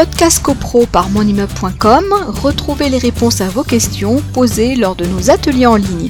Podcast CoPro par monimmeuble.com, retrouvez les réponses à vos questions posées lors de nos ateliers en ligne.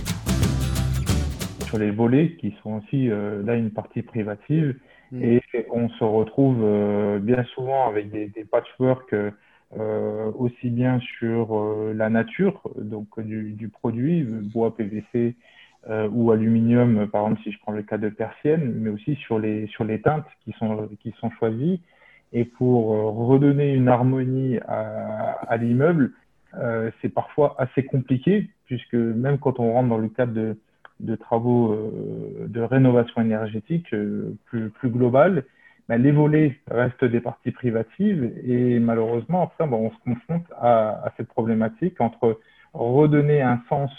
Sur les volets qui sont aussi là une partie privative et on se retrouve bien souvent avec des patchworks aussi bien sur la nature donc du produit, bois, PVC ou aluminium par exemple si je prends le cas de persiennes, mais aussi sur les teintes qui sont choisies. Et pour redonner une harmonie à l'immeuble, c'est parfois assez compliqué, puisque même quand on rentre dans le cadre de travaux de rénovation énergétique plus globale, les volets restent des parties privatives et malheureusement, après, on se confronte à cette problématique entre redonner un sens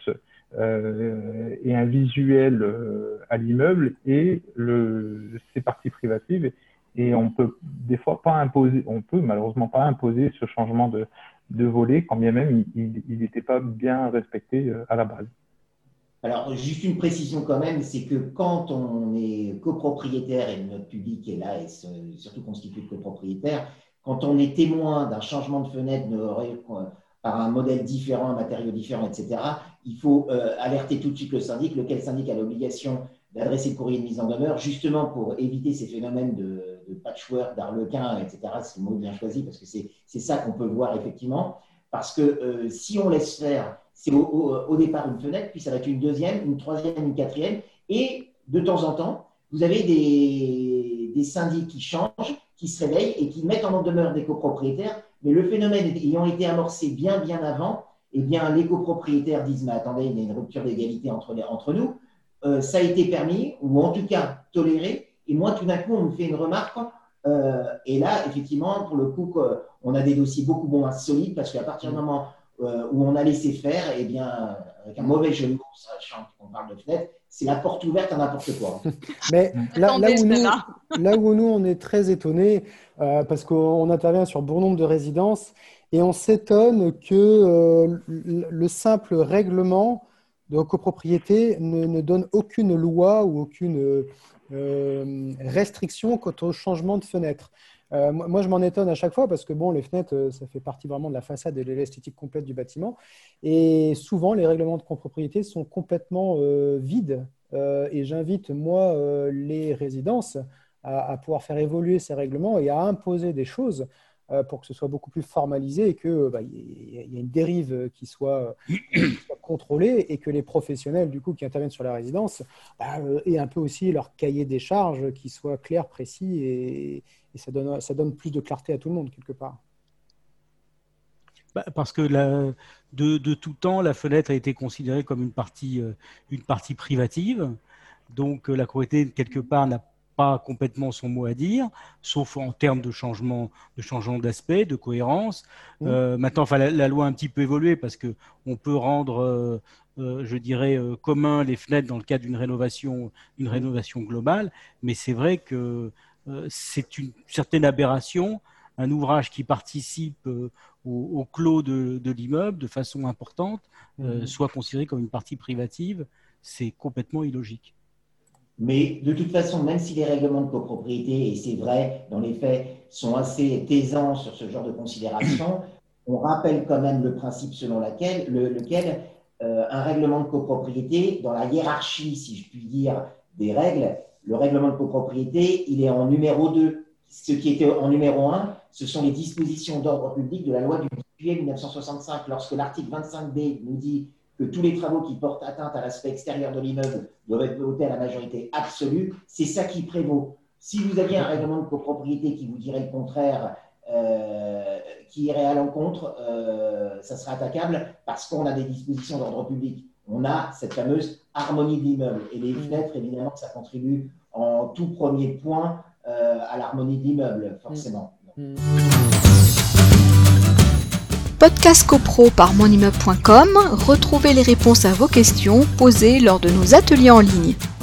et un visuel à l'immeuble et ces parties privatives. Et on peut des fois pas imposer, on peut malheureusement pas imposer ce changement de volet, quand bien même il n'était pas bien respecté à la base. Alors, juste une précision quand même, c'est que quand on est copropriétaire et notre public est là et surtout constitué de copropriétaires, quand on est témoin d'un changement de fenêtre par un modèle différent, un matériau différent, etc., il faut alerter tout de suite le syndic, lequel syndic a l'obligation d'adresser le courrier de mise en demeure, justement pour éviter ces phénomènes de patchwork, d'arlequin, etc. C'est le mot bien choisi parce que c'est ça qu'on peut voir effectivement. Parce que si on laisse faire, c'est au départ une fenêtre, puis ça va être une deuxième, une troisième, une quatrième. Et de temps en temps, vous avez des syndics qui changent, qui se réveillent et qui mettent en demeure des copropriétaires. Mais le phénomène ayant été amorcé bien avant, eh bien, les copropriétaires disent « Mais attendez, il y a une rupture d'égalité entre nous. Ça a été permis, ou en tout cas toléré. » Et moi, tout d'un coup, on me fait une remarque. Et là, effectivement, pour le coup, on a des dossiers beaucoup moins solides parce qu'à partir du moment où on a laissé faire, eh bien, avec un mauvais jeu de mots, sachant qu'on parle de fenêtre, c'est la porte ouverte à n'importe quoi. Mais là où nous, on est très étonnés, parce qu'on intervient sur bon nombre de résidences et on s'étonne que le simple règlement de copropriété ne donne aucune loi ou aucune restriction quant au changement de fenêtre. Moi, je m'en étonne à chaque fois parce que les fenêtres, ça fait partie vraiment de la façade et de l'esthétique complète du bâtiment. Et souvent, les règlements de copropriété sont complètement vides. Et j'invite, moi, les résidences à pouvoir faire évoluer ces règlements et à imposer des choses pour que ce soit beaucoup plus formalisé et qu'il y ait une dérive qui soit contrôlée et que les professionnels du coup, qui interviennent sur la résidence aient un peu aussi leur cahier des charges qui soit clair, précis et ça donne plus de clarté à tout le monde quelque part. Parce que de tout temps, la fenêtre a été considérée comme une partie privative. Donc la copropriété, quelque part, n'a pas complètement son mot à dire, sauf en termes de changement d'aspect, de cohérence. Maintenant, la loi a un petit peu évolué parce qu'on peut rendre, je dirais, commun les fenêtres dans le cadre d'une rénovation globale, mais c'est vrai que c'est une certaine aberration, un ouvrage qui participe au clos de l'immeuble de façon importante, soit considéré comme une partie privative, c'est complètement illogique. Mais de toute façon, même si les règlements de copropriété, et c'est vrai, dans les faits, sont assez taisants sur ce genre de considération, on rappelle quand même le principe selon lequel un règlement de copropriété, dans la hiérarchie, si je puis dire, des règles, le règlement de copropriété, il est en numéro 2. Ce qui était en numéro 1, ce sont les dispositions d'ordre public de la loi du 10 juillet 1965. Lorsque l'article 25B nous dit que tous les travaux qui portent atteinte à l'aspect extérieur de l'immeuble doivent être votés à la majorité absolue, c'est ça qui prévaut. Si vous aviez un règlement de copropriété qui vous dirait le contraire, qui irait à l'encontre, ça serait attaquable parce qu'on a des dispositions d'ordre public. On a cette fameuse harmonie de l'immeuble. Et les fenêtres, évidemment, ça contribue en tout premier point à l'harmonie de l'immeuble, forcément. Podcast CoPro par monimmeuble.com, retrouvez les réponses à vos questions posées lors de nos ateliers en ligne.